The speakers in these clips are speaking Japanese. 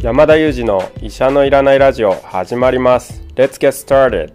山田裕二の医者のいらないラジオ始まります。 Let's get started。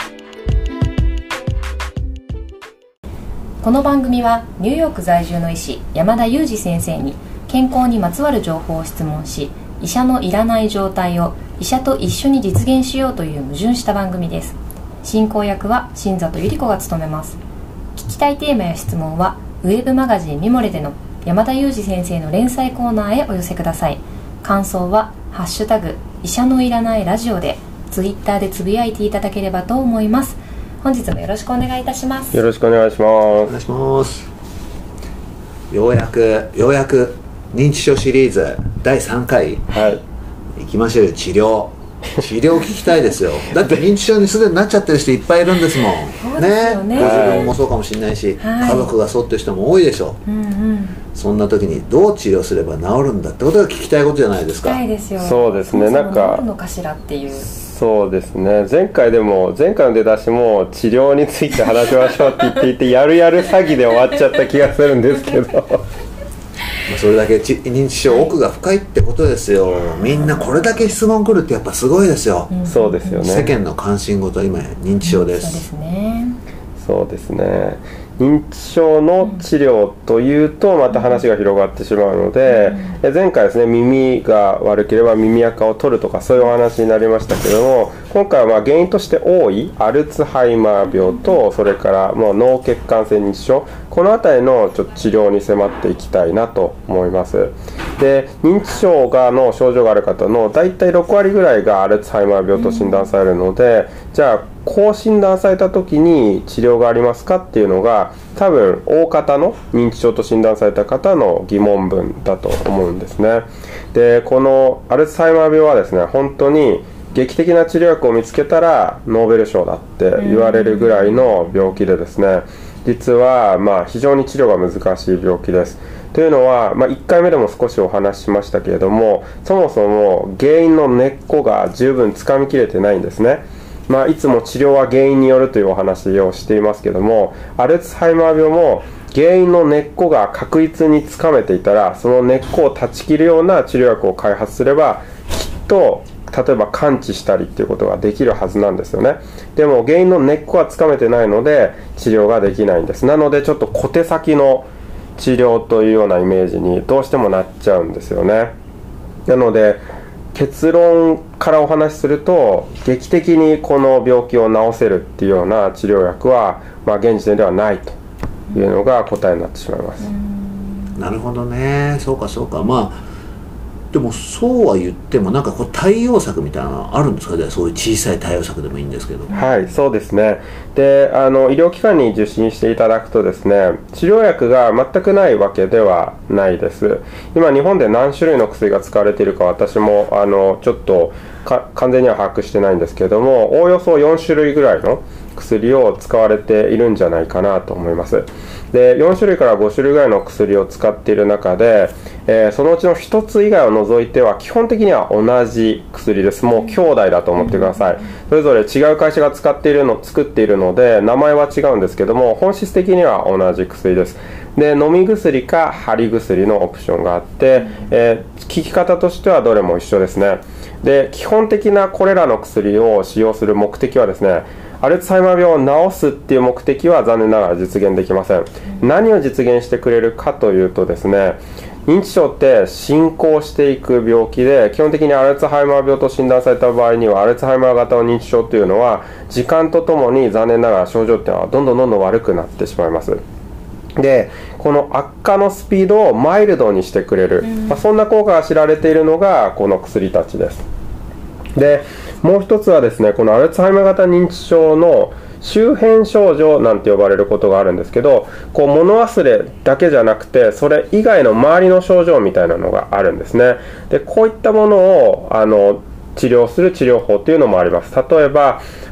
この番組はニューヨーク在住の医師山田裕二先生に健康にまつわる情報を質問し、医者のいらない状態を医者と一緒に実現しようという矛盾した番組です。進行役は新里ゆり子が務めます。聞きたいテーマや質問はウェブマガジンミモレでの山田裕二先生の連載コーナーへお寄せください。感想はハッシュタグ医者のいらないラジオでツイッターでつぶやいていただければと思います。本日もよろしくお願いいたします。 よろしくお願いします。 お願いします。ようやく認知症シリーズ第3回、行きましょうよ。治療聞きたいですよ。だって認知症にすでになっちゃってる人いっぱいいるんですもん。 そうですよね。 ご自分もそうかもしれないし、家族がそうっていう人も多いでしょう。そんな時にどう治療すれば治るんだってことが聞きたいことじゃないですか。 聞きたいですよ。 そうですね。なんか治るのかしらっていう。 そうですね。前回の出だしも治療について話しましょうって言っていてやる詐欺で終わっちゃった気がするんですけどそれだけ認知症奥が深いってことですよ。みんなこれだけ質問来るってやっぱすごいですよ。 そうですよね。 世間の関心事は今認知症です。 そうですね。 そうですね。認知症の治療というとまた話が広がってしまうので、前回ですね、耳が悪ければ耳垢を取るとかそういうお話になりましたけども、今回は原因として多いアルツハイマー病とそれから脳血管性認知症、このあたりのちょっと治療に迫っていきたいなと思います。で、認知症の症状がある方のだいたい6割ぐらいがアルツハイマー病と診断されるので、じゃあこう診断された時に治療がありますかっていうのが多分大方の認知症と診断された方の疑問文だと思うんですね。で、このアルツハイマー病はですね、本当に劇的な治療薬を見つけたらノーベル賞だって言われるぐらいの病気でですね、実は非常に治療が難しい病気です。というのは、1回目でも少しお話ししましたけれども、そもそも原因の根っこが十分つかみきれてないんですね。いつも治療は原因によるというお話をしていますけども、アルツハイマー病も原因の根っこが確実につかめていたら、その根っこを断ち切るような治療薬を開発すればきっと例えば完治したりっていうことができるはずなんですよね。でも原因の根っこはつかめてないので治療ができないんです。なのでちょっと小手先の治療というようなイメージにどうしてもなっちゃうんですよね。なので結論からお話しすると、劇的にこの病気を治せるっていうような治療薬は、現時点ではないというのが答えになってしまいます。 なるほどね。そうか。でもそうは言っても対応策みたいなのあるんですか？そういう小さい対応策でもいいんですけど。 はい、そうですね。で、医療機関に受診していただくとですね、治療薬が全くないわけではないです。今日本で何種類の薬が使われているか私もちょっと完全には把握してないんですけれども、おおよそ4種類ぐらいの薬を使われているんじゃないかなと思います。で、4種類から5種類ぐらいの薬を使っている中で、そのうちの1つ以外を除いては基本的には同じ薬です。もう兄弟だと思ってください。それぞれ違う会社が作っているので名前は違うんですけども、本質的には同じ薬です。で、飲み薬か貼り薬のオプションがあって、効き方としてはどれも一緒ですね。で、基本的なこれらの薬を使用する目的はですね、アルツハイマー病を治すっていう目的は残念ながら実現できません。何を実現してくれるかというとですね、認知症って進行していく病気で、基本的にアルツハイマー病と診断された場合にはアルツハイマー型の認知症というのは時間とともに残念ながら症状っていうのはどんどん悪くなってしまいます。で、この悪化のスピードをマイルドにしてくれる、そんな効果が知られているのがこの薬たちです。で、もう一つはですね、このアルツハイマー型認知症の周辺症状なんて呼ばれることがあるんですけど、物忘れだけじゃなくてそれ以外の周りの症状みたいなのがあるんですね。で、こういったものを治療する治療法っていうのもあります。例えば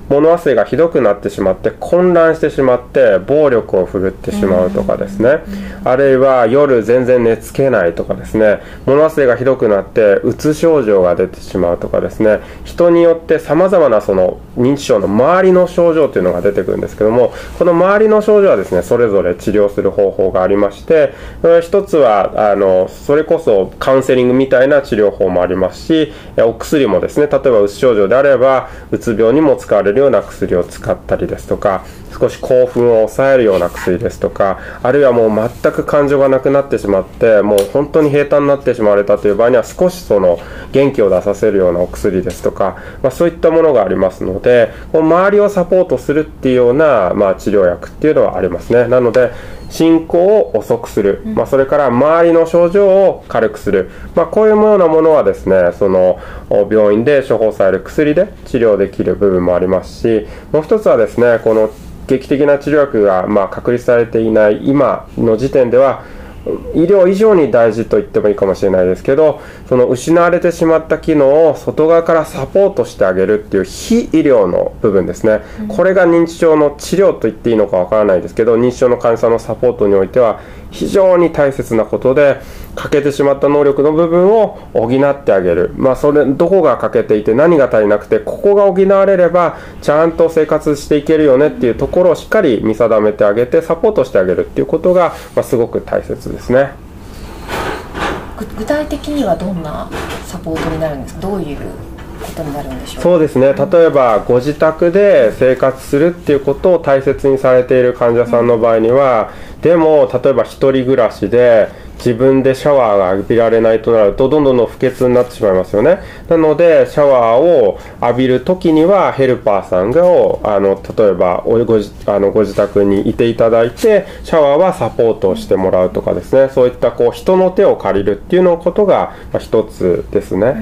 物忘れがひどくなってしまって混乱してしまって暴力を振るってしまうとかですね、あるいは夜全然寝つけないとかですね、物忘れがひどくなってうつ症状が出てしまうとかですね、人によってさまざまなその認知症の周りの症状というのが出てくるんですけども、この周りの症状はですねそれぞれ治療する方法がありまして、一つはそれこそカウンセリングみたいな治療法もありますし、お薬もですね、例えばうつ症状であればうつ病にも使われるような薬を使ったりですとか、少し興奮を抑えるような薬ですとか、あるいはもう全く感情がなくなってしまってもう本当に平坦になってしまわれたという場合には少しその元気を出させるようなお薬ですとか、そういったものがありますので、こう周りをサポートするっていうような、治療薬っていうのはありますね。なので進行を遅くする、それから周りの症状を軽くする、こういうようなものはですね、その病院で処方される薬で治療できる部分もありますし、もう一つはですね、この劇的な治療薬が確立されていない今の時点では医療以上に大事と言ってもいいかもしれないですけど、その失われてしまった機能を外側からサポートしてあげるっていう非医療の部分ですね、これが認知症の治療と言っていいのかわからないですけど、認知症の患者さんのサポートにおいては非常に大切なことで、欠けてしまった能力の部分を補ってあげる、それどこが欠けていて何が足りなくてここが補われればちゃんと生活していけるよねっていうところをしっかり見定めてあげてサポートしてあげるっていうことが、すごく大切ですね。 具体的にはどんなサポートになるんですか？どういうことになるんでしょう？ そうですね、例えばご自宅で生活するっていうことを大切にされている患者さんの場合には、でも例えば一人暮らしで自分でシャワーが浴びられないとなるとどんどん不潔になってしまいますよね。なのでシャワーを浴びるときにはヘルパーさんが例えばご自宅にいていただいてシャワーはサポートをしてもらうとかですね、そういった人の手を借りるっていうのことが一つですね。 な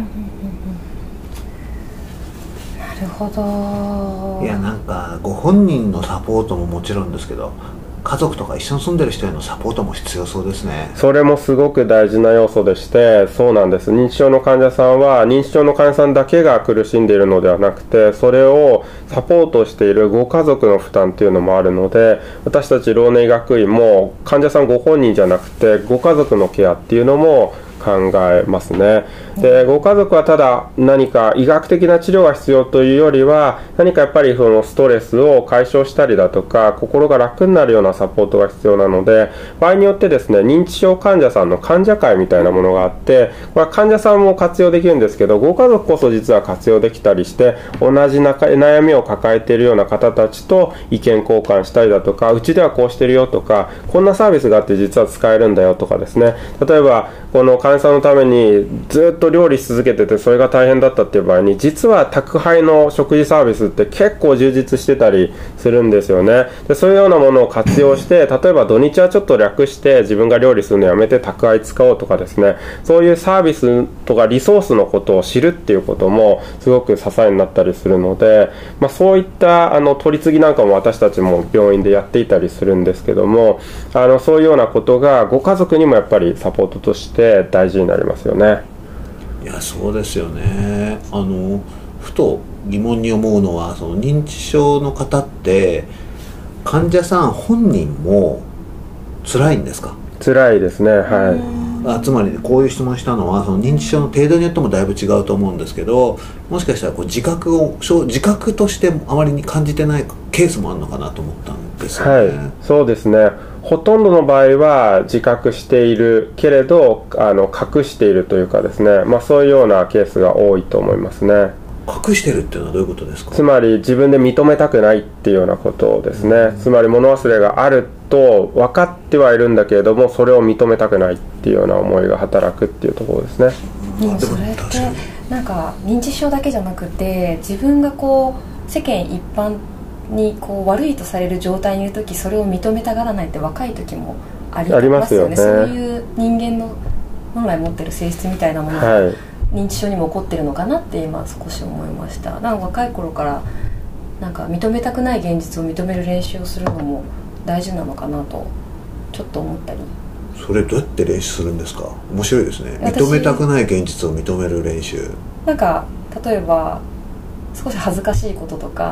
るほど。 いや、なんかご本人のサポートももちろんですけど、家族とか一緒に住んでる人へのサポートも必要そうですね。 それもすごく大事な要素でして、そうなんです。認知症の患者さんは認知症の患者さんだけが苦しんでいるのではなくて、それをサポートしているご家族の負担というのもあるので、私たち老年医学院も患者さんご本人じゃなくてご家族のケアっていうのも考えますね。で、ご家族はただ何か医学的な治療が必要というよりは、何かやっぱりそのストレスを解消したりだとか心が楽になるようなサポートが必要なので、場合によってですね、認知症患者さんの患者会みたいなものがあって、これは患者さんも活用できるんですけど、ご家族こそ実は活用できたりして、同じ悩みを抱えているような方たちと意見交換したりだとか、うちではこうしてるよとか、こんなサービスがあって実は使えるんだよとかですね、例えばこの患者さんのためにずっと料理し続けててそれが大変だったっていう場合に、実は宅配の食事サービスって結構充実してたりするんですよね。で、そういうようなものを活用して、例えば土日はちょっと略して自分が料理するのやめて宅配使おうとかですね、そういうサービスとかリソースのことを知るっていうこともすごく支えになったりするので、そういった取り次ぎなんかも私たちも病院でやっていたりするんですけども、そういうようなことがご家族にもやっぱりサポートとして大事になりますよね。 いや、そうですよね。ふと疑問に思うのは、その認知症の方って患者さん本人も辛いんですか？ 辛いですね。はい。 つまりこういう質問したのは、その認知症の程度によってもだいぶ違うと思うんですけど、もしかしたら自覚としてあまりに感じてないケースもあるのかなと思ったんですよね。はい、 そうですね。ほとんどの場合は自覚しているけれど隠しているというかですね、そういうようなケースが多いと思いますね。 隠してるっていうのはどういうことですか？ つまり自分で認めたくないっていうようなことですね。つまり物忘れがあると分かってはいるんだけれども、それを認めたくないっていうような思いが働くっていうところですね。 それってなんか認知症だけじゃなくて、自分が世間一般に悪いとされる状態にいるとき、それを認めたがらないって若い時もありますよね。そういう人間の本来持ってる性質みたいなものが認知症にも起こってるのかなって今少し思いました。なんか若い頃からなんか認めたくない現実を認める練習をするのも大事なのかなとちょっと思ったり。 それどうやって練習するんですか？面白いですね。認めたくない現実を認める練習。 なんか例えば少し恥ずかしいこととか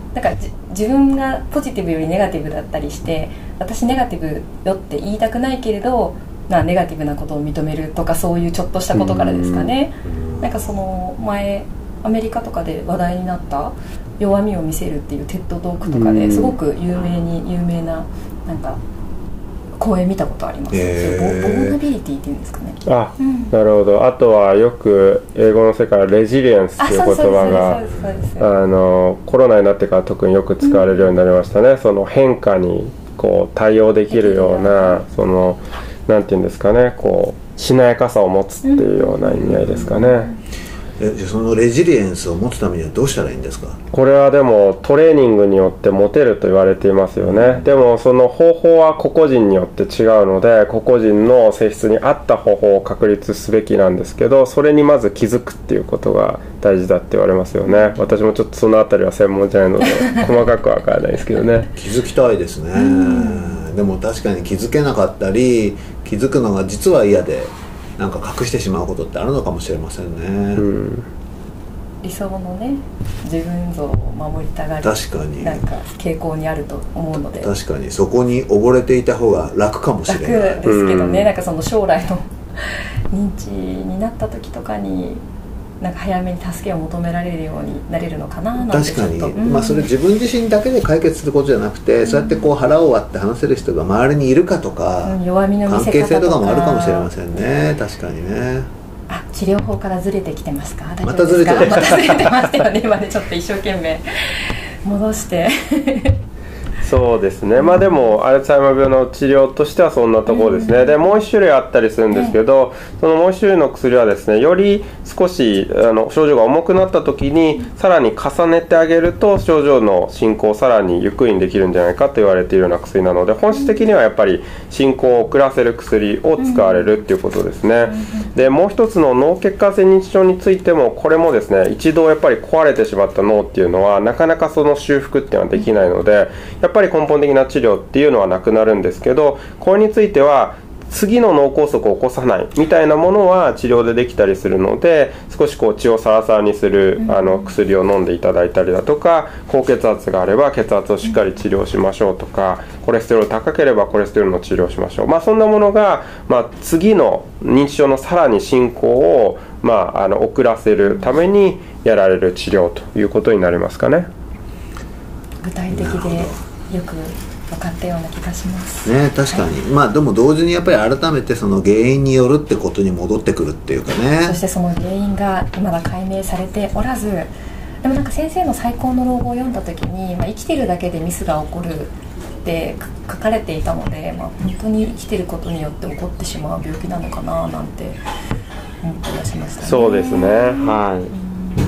なんか自分がポジティブよりネガティブだったりして、私ネガティブよって言いたくないけれど、ネガティブなことを認めるとか、そういうちょっとしたことからですかね。なんかその前アメリカとかで話題になった弱みを見せるっていうテッドトークとかですごく有名ななんか講演見たことあります。ボーナビリティっていうんですかね。 なるほど。あとはよく英語の世界レジリエンスっていう言葉がコロナになってから特によく使われるようになりましたね。その変化にこう対応できるような、そのなんていうんですかね、こうしなやかさを持つっていうような意味合いですかね。 そのレジリエンスを持つためにはどうしたらいいんですか？ これはでもトレーニングによって持てると言われていますよね。でもその方法は個々人によって違うので、個々人の性質に合った方法を確立すべきなんですけど、それにまず気づくっていうことが大事だって言われますよね。私もちょっとそのあたりは専門じゃないので細かくは分からないですけどね。 気づきたいですね。でも確かに気づけなかったり、気づくのが実は嫌でなんか隠してしまうことってあるのかもしれませんね。 理想のね、自分像を守りたがる、 確かになんか傾向にあると思うので、 確かにそこに溺れていた方が楽かもしれない。 楽ですけどね、なんかその将来の認知になった時とかになんか早めに助けを求められるようになれるのかななんて。 確かに、それ自分自身だけで解決することじゃなくて、そうやってこう腹を割って話せる人が周りにいるかとか、 弱みの見せ方とか関係性とかもあるかもしれませんね。確かにね。 治療法からずれてきてますか？大丈ま夫ですか？ たずれてましたよね。今ねちょっと一生懸命戻してそうですね。でもアルツハイマー病の治療としてはそんなところですね。でもう一種類あったりするんですけど、そのもう一種類の薬はですね、より少し症状が重くなった時にさらに重ねてあげると症状の進行をさらにゆっくりにできるんじゃないかと言われているような薬なので、本質的にはやっぱり進行を遅らせる薬を使われるっていうことですね。でもう一つの脳血管性認知症についても、これもですね、一度やっぱり壊れてしまった脳っていうのはなかなかその修復っていうのはできないので、やっぱり根本的な治療っていうのはなくなるんですけど、これについては次の脳梗塞を起こさないみたいなものは治療でできたりするので、少しこう血をサラサラにする薬を飲んでいただいたりだとか、高血圧があれば血圧をしっかり治療しましょうとか、コレステロール高ければコレステロールの治療をしましょう、そんなものが、次の認知症のさらに進行を、遅らせるためにやられる治療ということになりますかね。 具体的でよく分かったような気がしますね。確かに、でも同時にやっぱり改めてその原因によるってことに戻ってくるっていうかね。 そしてその原因がまだ解明されておらず、でもなんか先生の最高の老後を読んだ時に、生きてるだけでミスが起こるって書かれていたので、本当に生きてることによって起こってしまう病気なのかななんて思ったりはしましたね。 そうですね。はい。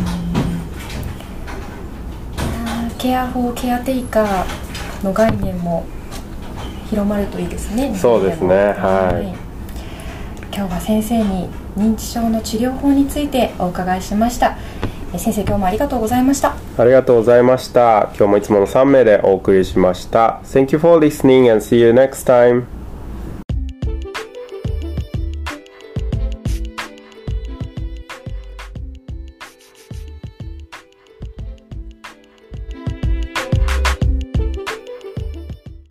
ケア法、ケアテイカーの概念も広まるといいですね。 そうですね。はい。 今日は先生に認知症の治療法についてお伺いしました。先生、今日もありがとうございました。 ありがとうございました。今日もいつもの3名でお送りしました。Thank you for listening and see you next time.